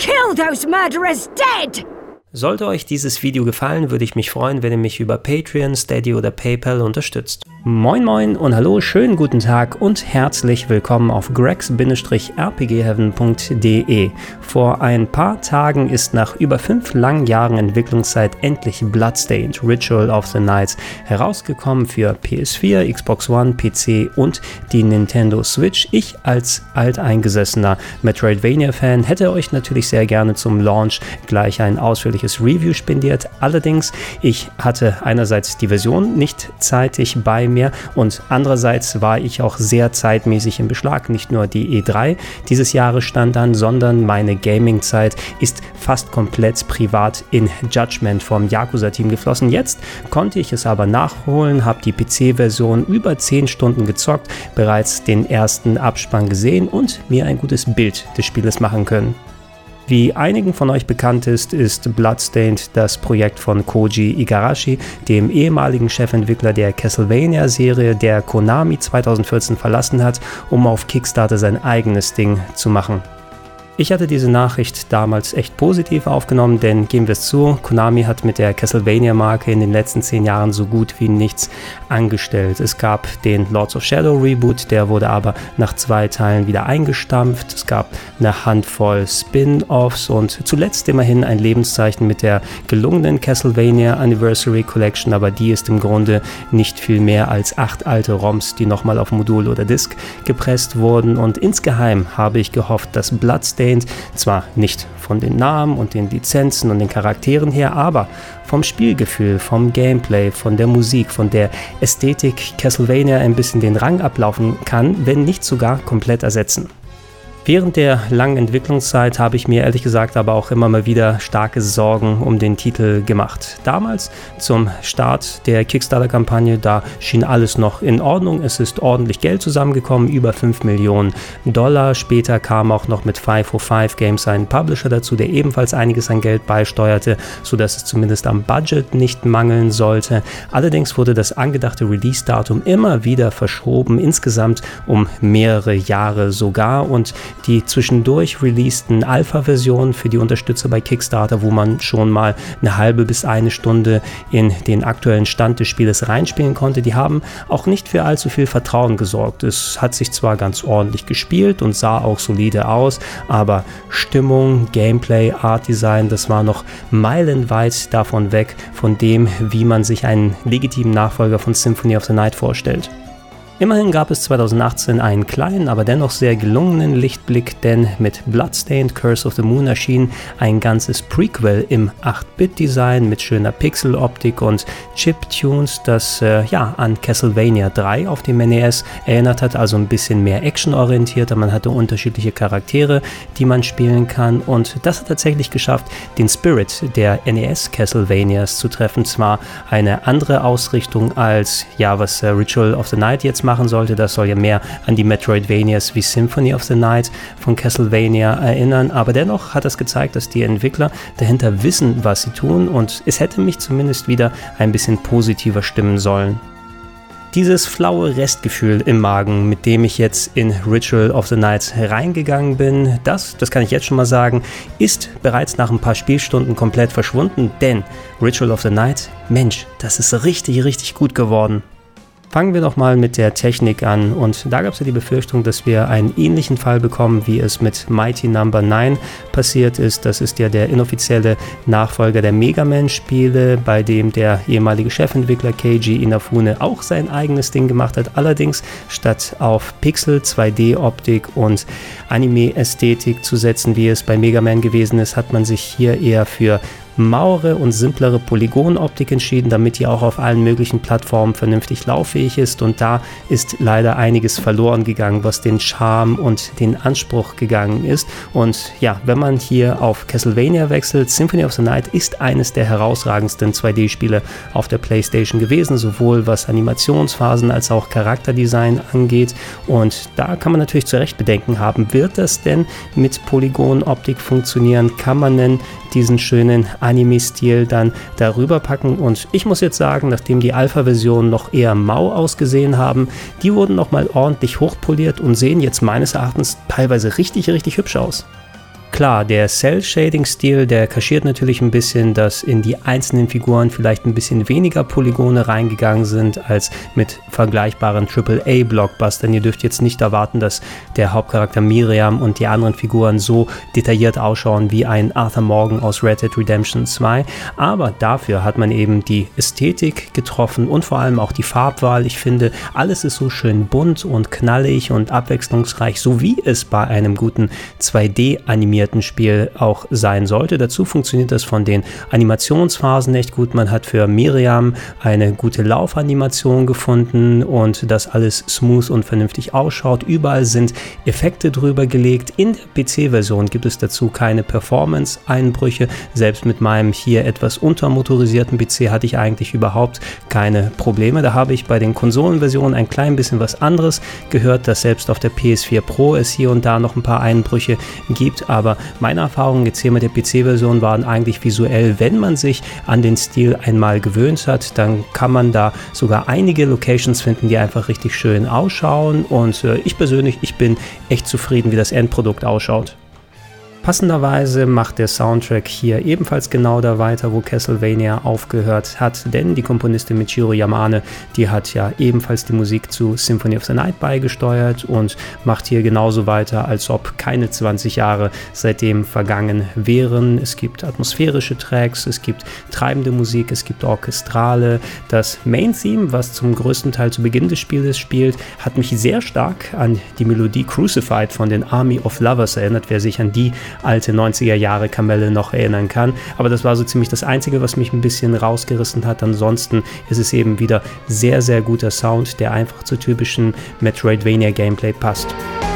Kill those murderers dead! Sollte euch dieses Video gefallen, würde ich mich freuen, wenn ihr mich über Patreon, Steady oder PayPal unterstützt. Moin moin und hallo, schönen guten Tag und herzlich willkommen auf gregs-rpgheaven.de. Vor ein paar Tagen ist nach über 5 langen Jahren Entwicklungszeit endlich Bloodstained Ritual of the Night herausgekommen für PS4, Xbox One, PC und die Nintendo Switch. Ich als alteingesessener Metroidvania-Fan hätte euch natürlich sehr gerne zum Launch gleich ein ausführliches Review spendiert. Allerdings, ich hatte einerseits die Version nicht zeitig bei mir und andererseits war ich auch sehr zeitmäßig im Beschlag. Nicht nur die E3 dieses Jahres stand an, sondern meine Gaming-Zeit ist fast komplett privat in Judgment vom Yakuza-Team geflossen. Jetzt konnte ich es aber nachholen, habe die PC-Version über 10 Stunden gezockt, bereits den ersten Abspann gesehen und mir ein gutes Bild des Spieles machen können. Wie einigen von euch bekannt ist Bloodstained das Projekt von Koji Igarashi, dem ehemaligen Chefentwickler der Castlevania-Serie, der Konami 2014 verlassen hat, um auf Kickstarter sein eigenes Ding zu machen. Ich hatte diese Nachricht damals echt positiv aufgenommen, denn geben wir es zu, Konami hat mit der Castlevania-Marke in den letzten 10 Jahren so gut wie nichts angestellt. Es gab den Lords of Shadow Reboot, der wurde aber nach 2 Teilen wieder eingestampft. Es gab eine Handvoll Spin-Offs und zuletzt immerhin ein Lebenszeichen mit der gelungenen Castlevania Anniversary Collection, aber die ist im Grunde nicht viel mehr als 8 alte ROMs, die nochmal auf Modul oder Disk gepresst wurden, und insgeheim habe ich gehofft, dass Bloodstained zwar nicht von den Namen und den Lizenzen und den Charakteren her, aber vom Spielgefühl, vom Gameplay, von der Musik, von der Ästhetik Castlevania ein bisschen den Rang ablaufen kann, wenn nicht sogar komplett ersetzen. Während der langen Entwicklungszeit habe ich mir ehrlich gesagt aber auch immer mal wieder starke Sorgen um den Titel gemacht. Damals zum Start der Kickstarter-Kampagne, da schien alles noch in Ordnung. Es ist ordentlich Geld zusammengekommen, über $5 Millionen. Später kam auch noch mit 505 Games ein Publisher dazu, der ebenfalls einiges an Geld beisteuerte, sodass es zumindest am Budget nicht mangeln sollte. Allerdings wurde das angedachte Release-Datum immer wieder verschoben, insgesamt um mehrere Jahre sogar, und die zwischendurch releaseden Alpha-Versionen für die Unterstützer bei Kickstarter, wo man schon mal eine halbe bis 1 Stunde in den aktuellen Stand des Spieles reinspielen konnte, die haben auch nicht für allzu viel Vertrauen gesorgt. Es hat sich zwar ganz ordentlich gespielt und sah auch solide aus, aber Stimmung, Gameplay, Artdesign, das war noch meilenweit davon weg, von dem, wie man sich einen legitimen Nachfolger von Symphony of the Night vorstellt. Immerhin gab es 2018 einen kleinen, aber dennoch sehr gelungenen Lichtblick, denn mit Bloodstained Curse of the Moon erschien ein ganzes Prequel im 8-Bit-Design mit schöner Pixel-Optik und Chip-Tunes, das an Castlevania 3 auf dem NES erinnert hat, also ein bisschen mehr actionorientierter. Man hatte unterschiedliche Charaktere, die man spielen kann, und das hat tatsächlich geschafft, den Spirit der NES Castlevanias zu treffen. Zwar eine andere Ausrichtung als was Ritual of the Night jetzt machen sollte. Das soll ja mehr an die Metroidvanias wie Symphony of the Night von Castlevania erinnern, aber dennoch hat es gezeigt, dass die Entwickler dahinter wissen, was sie tun, und es hätte mich zumindest wieder ein bisschen positiver stimmen sollen. Dieses flaue Restgefühl im Magen, mit dem ich jetzt in Ritual of the Night reingegangen bin, das kann ich jetzt schon mal sagen, ist bereits nach ein paar Spielstunden komplett verschwunden, denn Ritual of the Night, Mensch, das ist richtig, richtig gut geworden. Fangen wir doch mal mit der Technik an, und da gab es ja die Befürchtung, dass wir einen ähnlichen Fall bekommen, wie es mit Mighty No. 9 passiert ist. Das ist ja der inoffizielle Nachfolger der Mega Man-Spiele, bei dem der ehemalige Chefentwickler Keiji Inafune auch sein eigenes Ding gemacht hat. Allerdings statt auf Pixel, 2D-Optik und Anime-Ästhetik zu setzen, wie es bei Mega Man gewesen ist, hat man sich hier eher für mauere und simplere Polygonoptik entschieden, damit die auch auf allen möglichen Plattformen vernünftig lauffähig ist, und da ist leider einiges verloren gegangen, was den Charme und den Anspruch gegangen ist. Und ja, wenn man hier auf Castlevania wechselt, Symphony of the Night ist eines der herausragendsten 2D-Spiele auf der PlayStation gewesen, sowohl was Animationsphasen als auch Charakterdesign angeht, und da kann man natürlich zu Recht Bedenken haben, wird das denn mit Polygonoptik funktionieren? Kann man denn diesen schönen Anime-Stil dann darüber packen? Und ich muss jetzt sagen, nachdem die Alpha-Versionen noch eher mau ausgesehen haben, die wurden nochmal ordentlich hochpoliert und sehen jetzt meines Erachtens teilweise richtig, richtig hübsch aus. Klar, der Cell-Shading-Stil, der kaschiert natürlich ein bisschen, dass in die einzelnen Figuren vielleicht ein bisschen weniger Polygone reingegangen sind als mit vergleichbaren AAA-Blockbustern. Ihr dürft jetzt nicht erwarten, dass der Hauptcharakter Miriam und die anderen Figuren so detailliert ausschauen wie ein Arthur Morgan aus Red Dead Redemption 2, aber dafür hat man eben die Ästhetik getroffen und vor allem auch die Farbwahl. Ich finde, alles ist so schön bunt und knallig und abwechslungsreich, so wie es bei einem guten 2D-animierten Spiel auch sein sollte. Dazu funktioniert das von den Animationsphasen echt gut. Man hat für Miriam eine gute Laufanimation gefunden und das alles smooth und vernünftig ausschaut. Überall sind Effekte drüber gelegt. In der PC-Version gibt es dazu keine Performance-Einbrüche. Selbst mit meinem hier etwas untermotorisierten PC hatte ich eigentlich überhaupt keine Probleme. Da habe ich bei den Konsolenversionen ein klein bisschen was anderes gehört, dass selbst auf der PS4 Pro es hier und da noch ein paar Einbrüche gibt, aber meine Erfahrungen jetzt hier mit der PC-Version waren eigentlich visuell, wenn man sich an den Stil einmal gewöhnt hat, dann kann man da sogar einige Locations finden, die einfach richtig schön ausschauen und ich persönlich, ich bin echt zufrieden, wie das Endprodukt ausschaut. Passenderweise macht der Soundtrack hier ebenfalls genau da weiter, wo Castlevania aufgehört hat, denn die Komponistin Michiru Yamane, die hat ja ebenfalls die Musik zu Symphony of the Night beigesteuert und macht hier genauso weiter, als ob keine 20 Jahre seitdem vergangen wären. Es gibt atmosphärische Tracks, es gibt treibende Musik, es gibt orchestrale. Das Main-Theme, was zum größten Teil zu Beginn des Spieles spielt, hat mich sehr stark an die Melodie Crucified von den Army of Lovers erinnert, wer sich an die alte 90er-Jahre-Kamelle noch erinnern kann. Aber das war so ziemlich das Einzige, was mich ein bisschen rausgerissen hat. Ansonsten ist es eben wieder sehr, sehr guter Sound, der einfach zur typischen Metroidvania-Gameplay passt.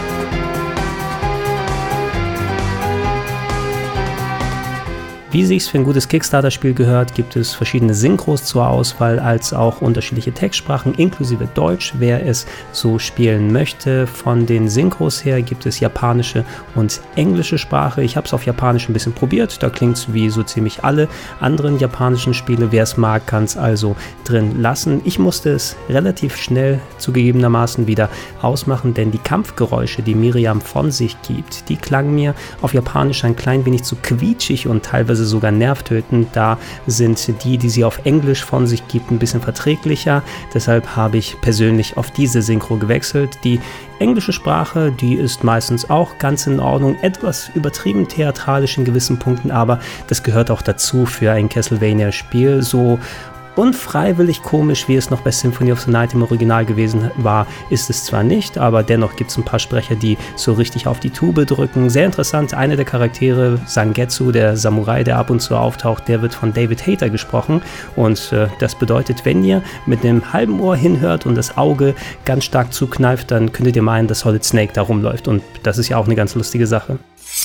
Wie sich's für ein gutes Kickstarter-Spiel gehört, gibt es verschiedene Synchros zur Auswahl, als auch unterschiedliche Textsprachen, inklusive Deutsch, wer es so spielen möchte. Von den Synchros her gibt es japanische und englische Sprache. Ich habe es auf Japanisch ein bisschen probiert, da klingt es wie so ziemlich alle anderen japanischen Spiele. Wer es mag, kann es also drin lassen. Ich musste es relativ schnell zugegebenermaßen wieder ausmachen, denn die Kampfgeräusche, die Miriam von sich gibt, die klangen mir auf Japanisch ein klein wenig zu quietschig und teilweise sogar nervtötend. Da sind die sie auf Englisch von sich gibt, ein bisschen verträglicher. Deshalb habe ich persönlich auf diese Synchro gewechselt. Die englische Sprache, die ist meistens auch ganz in Ordnung, etwas übertrieben theatralisch in gewissen Punkten, aber das gehört auch dazu für ein Castlevania-Spiel. So unfreiwillig komisch, wie es noch bei Symphony of the Night im Original gewesen war, ist es zwar nicht, aber dennoch gibt es ein paar Sprecher, die so richtig auf die Tube drücken. Sehr interessant, einer der Charaktere, Zangetsu, der Samurai, der ab und zu auftaucht, der wird von David Hayter gesprochen und das bedeutet, wenn ihr mit einem halben Ohr hinhört und das Auge ganz stark zukneift, dann könntet ihr meinen, dass Solid Snake da rumläuft und das ist ja auch eine ganz lustige Sache.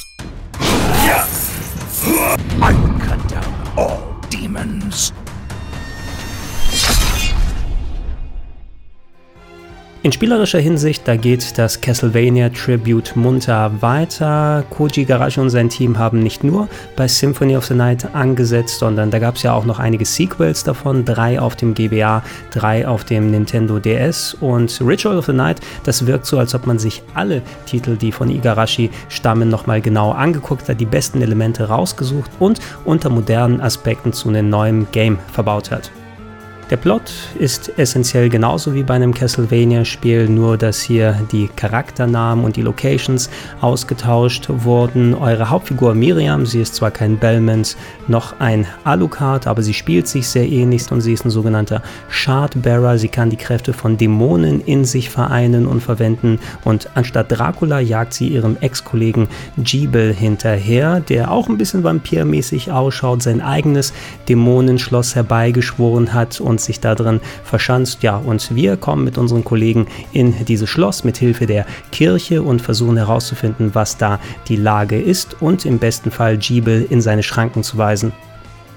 I cut down all demons. In spielerischer Hinsicht, da geht das Castlevania Tribute munter weiter. Koji Igarashi und sein Team haben nicht nur bei Symphony of the Night angesetzt, sondern da gab es ja auch noch einige Sequels davon, 3 auf dem GBA, 3 auf dem Nintendo DS und Ritual of the Night, das wirkt so, als ob man sich alle Titel, die von Igarashi stammen, nochmal genau angeguckt hat, die besten Elemente rausgesucht und unter modernen Aspekten zu einem neuen Game verbaut hat. Der Plot ist essentiell genauso wie bei einem Castlevania-Spiel, nur dass hier die Charakternamen und die Locations ausgetauscht wurden. Eure Hauptfigur Miriam, sie ist zwar kein Belmont noch ein Alucard, aber sie spielt sich sehr ähnlich und sie ist ein sogenannter Shardbearer. Sie kann die Kräfte von Dämonen in sich vereinen und verwenden und anstatt Dracula jagt sie ihrem Ex-Kollegen Gebel hinterher, der auch ein bisschen vampirmäßig ausschaut, sein eigenes Dämonenschloss herbeigeschworen hat und sich da drin verschanzt. Ja, und wir kommen mit unseren Kollegen in dieses Schloss mit Hilfe der Kirche und versuchen herauszufinden, was da die Lage ist und im besten Fall Gebel in seine Schranken zu weisen.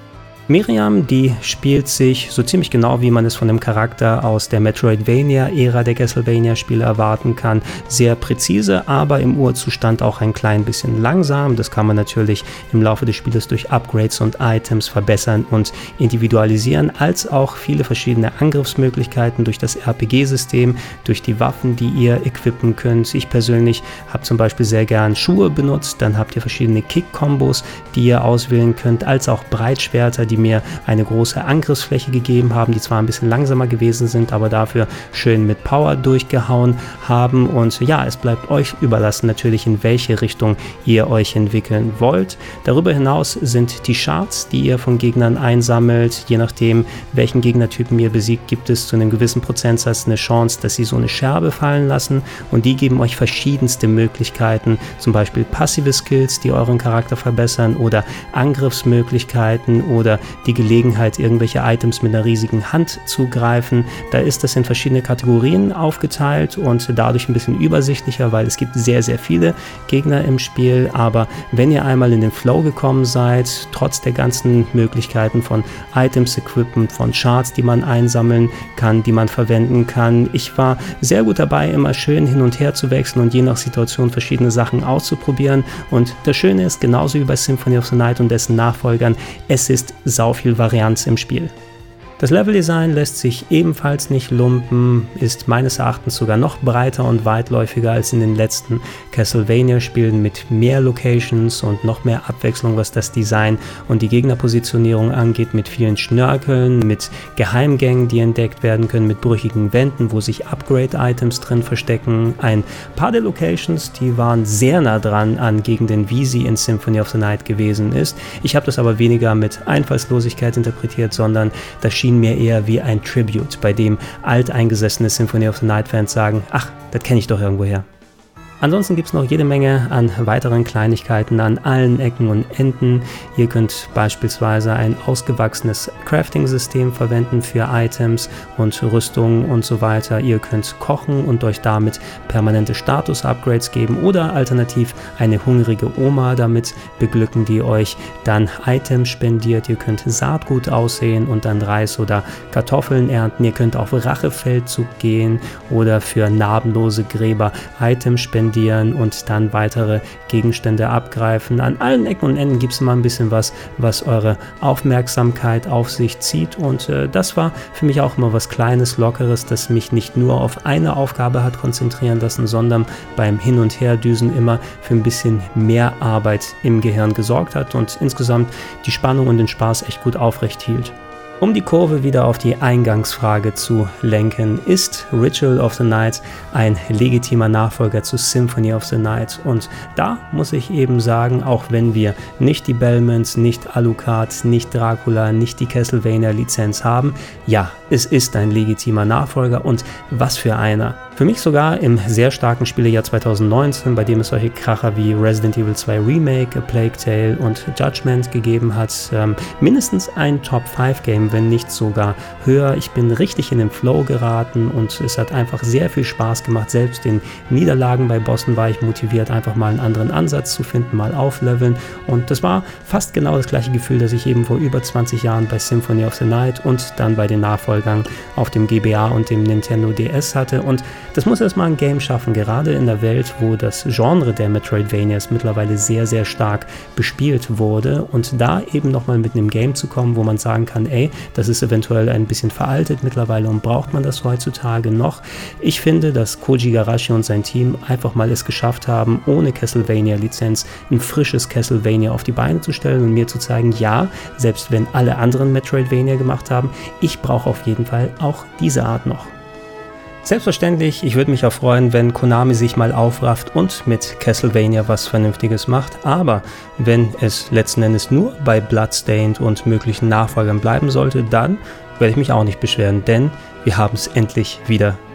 Miriam, die spielt sich so ziemlich genau, wie man es von dem Charakter aus der Metroidvania-Ära der Castlevania-Spiele erwarten kann. Sehr präzise, aber im Urzustand auch ein klein bisschen langsam. Das kann man natürlich im Laufe des Spieles durch Upgrades und Items verbessern und individualisieren, als auch viele verschiedene Angriffsmöglichkeiten durch das RPG-System, durch die Waffen, die ihr equippen könnt. Ich persönlich habe zum Beispiel sehr gern Schuhe benutzt, dann habt ihr verschiedene Kick-Kombos, die ihr auswählen könnt, als auch Breitschwerter, die mir eine große Angriffsfläche gegeben haben, die zwar ein bisschen langsamer gewesen sind, aber dafür schön mit Power durchgehauen haben. Und ja, es bleibt euch überlassen natürlich, in welche Richtung ihr euch entwickeln wollt. Darüber hinaus sind die Shards, die ihr von Gegnern einsammelt. Je nachdem, welchen Gegnertypen ihr besiegt, gibt es zu einem gewissen Prozentsatz eine Chance, dass sie so eine Scherbe fallen lassen, und die geben euch verschiedenste Möglichkeiten, zum Beispiel passive Skills, die euren Charakter verbessern, oder Angriffsmöglichkeiten oder die Gelegenheit, irgendwelche Items mit einer riesigen Hand zu greifen. Da ist das in verschiedene Kategorien aufgeteilt und dadurch ein bisschen übersichtlicher, weil es gibt sehr, sehr viele Gegner im Spiel. Aber wenn ihr einmal in den Flow gekommen seid, trotz der ganzen Möglichkeiten von Items, Equipment, von Shards, die man einsammeln kann, die man verwenden kann. Ich war sehr gut dabei, immer schön hin und her zu wechseln und je nach Situation verschiedene Sachen auszuprobieren. Und das Schöne ist, genauso wie bei Symphony of the Night und dessen Nachfolgern, es ist sau viel Varianz im Spiel. Das Leveldesign lässt sich ebenfalls nicht lumpen, ist meines Erachtens sogar noch breiter und weitläufiger als in den letzten Castlevania-Spielen, mit mehr Locations und noch mehr Abwechslung, was das Design und die Gegnerpositionierung angeht, mit vielen Schnörkeln, mit Geheimgängen, die entdeckt werden können, mit brüchigen Wänden, wo sich Upgrade-Items drin verstecken. Ein paar der Locations, die waren sehr nah dran an Gegenden, wie sie in Symphony of the Night gewesen ist. Ich habe das aber weniger mit Einfallslosigkeit interpretiert, sondern das schien mir eher wie ein Tribute, bei dem alteingesessene Symphony of the Night Fans sagen, ach, das kenne ich doch irgendwoher. Ansonsten gibt es noch jede Menge an weiteren Kleinigkeiten an allen Ecken und Enden. Ihr könnt beispielsweise ein ausgewachsenes Crafting-System verwenden für Items und Rüstungen und so weiter. Ihr könnt kochen und euch damit permanente Status-Upgrades geben oder alternativ eine hungrige Oma damit beglücken, die euch dann Items spendiert. Ihr könnt Saatgut aussehen und dann Reis oder Kartoffeln ernten. Ihr könnt auf Rachefeldzug gehen oder für narbenlose Gräber Items spendieren und dann weitere Gegenstände abgreifen. An allen Ecken und Enden gibt es immer ein bisschen was eure Aufmerksamkeit auf sich zieht, und das war für mich auch immer was Kleines, Lockeres, das mich nicht nur auf eine Aufgabe hat konzentrieren lassen, sondern beim Hin- und Herdüsen immer für ein bisschen mehr Arbeit im Gehirn gesorgt hat und insgesamt die Spannung und den Spaß echt gut aufrecht hielt. Um die Kurve wieder auf die Eingangsfrage zu lenken, ist Ritual of the Night ein legitimer Nachfolger zu Symphony of the Night? Und da muss ich eben sagen, auch wenn wir nicht die Belmonts, nicht Alucard, nicht Dracula, nicht die Castlevania-Lizenz haben, ja, es ist ein legitimer Nachfolger, und was für einer. Für mich sogar im sehr starken Spielejahr 2019, bei dem es solche Kracher wie Resident Evil 2 Remake, A Plague Tale und Judgment gegeben hat, mindestens ein Top-5-Game, wenn nicht sogar höher. Ich bin richtig in den Flow geraten und es hat einfach sehr viel Spaß gemacht. Selbst in Niederlagen bei Bossen war ich motiviert, einfach mal einen anderen Ansatz zu finden, mal aufleveln, und das war fast genau das gleiche Gefühl, das ich eben vor über 20 Jahren bei Symphony of the Night und dann bei den Nachfolgern auf dem GBA und dem Nintendo DS hatte, und das muss erstmal ein Game schaffen, gerade in der Welt, wo das Genre der Metroidvanias mittlerweile sehr, sehr stark bespielt wurde, und da eben nochmal mit einem Game zu kommen, wo man sagen kann, ey, das ist eventuell ein bisschen veraltet mittlerweile und braucht man das heutzutage noch? Ich finde, dass Koji Igarashi und sein Team einfach mal es geschafft haben, ohne Castlevania-Lizenz ein frisches Castlevania auf die Beine zu stellen und mir zu zeigen, ja, selbst wenn alle anderen Metroidvania gemacht haben, ich brauche auf jeden Fall auch diese Art noch. Selbstverständlich, ich würde mich auch freuen, wenn Konami sich mal aufrafft und mit Castlevania was Vernünftiges macht, aber wenn es letzten Endes nur bei Bloodstained und möglichen Nachfolgern bleiben sollte, dann werde ich mich auch nicht beschweren, denn wir haben es endlich wieder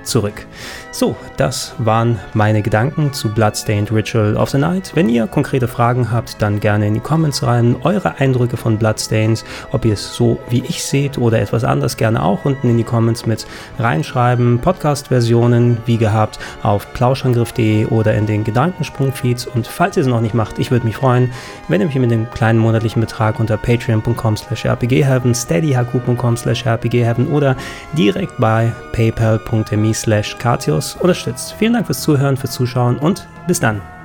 zurück. So, das waren meine Gedanken zu Bloodstained Ritual of the Night. Wenn ihr konkrete Fragen habt, dann gerne in die Comments rein. Eure Eindrücke von Bloodstained, ob ihr es so wie ich seht oder etwas anders, gerne auch unten in die Comments mit reinschreiben. Podcast-Versionen, wie gehabt, auf plauschangriff.de oder in den Gedankensprung-Feeds. Und falls ihr es noch nicht macht, ich würde mich freuen, wenn ihr mich mit dem kleinen monatlichen Betrag unter patreon.com/rpgheaven, steadyhq.com/rpgheaven oder direkt bei paypal.me/Katios unterstützt. Vielen Dank fürs Zuhören, fürs Zuschauen und bis dann.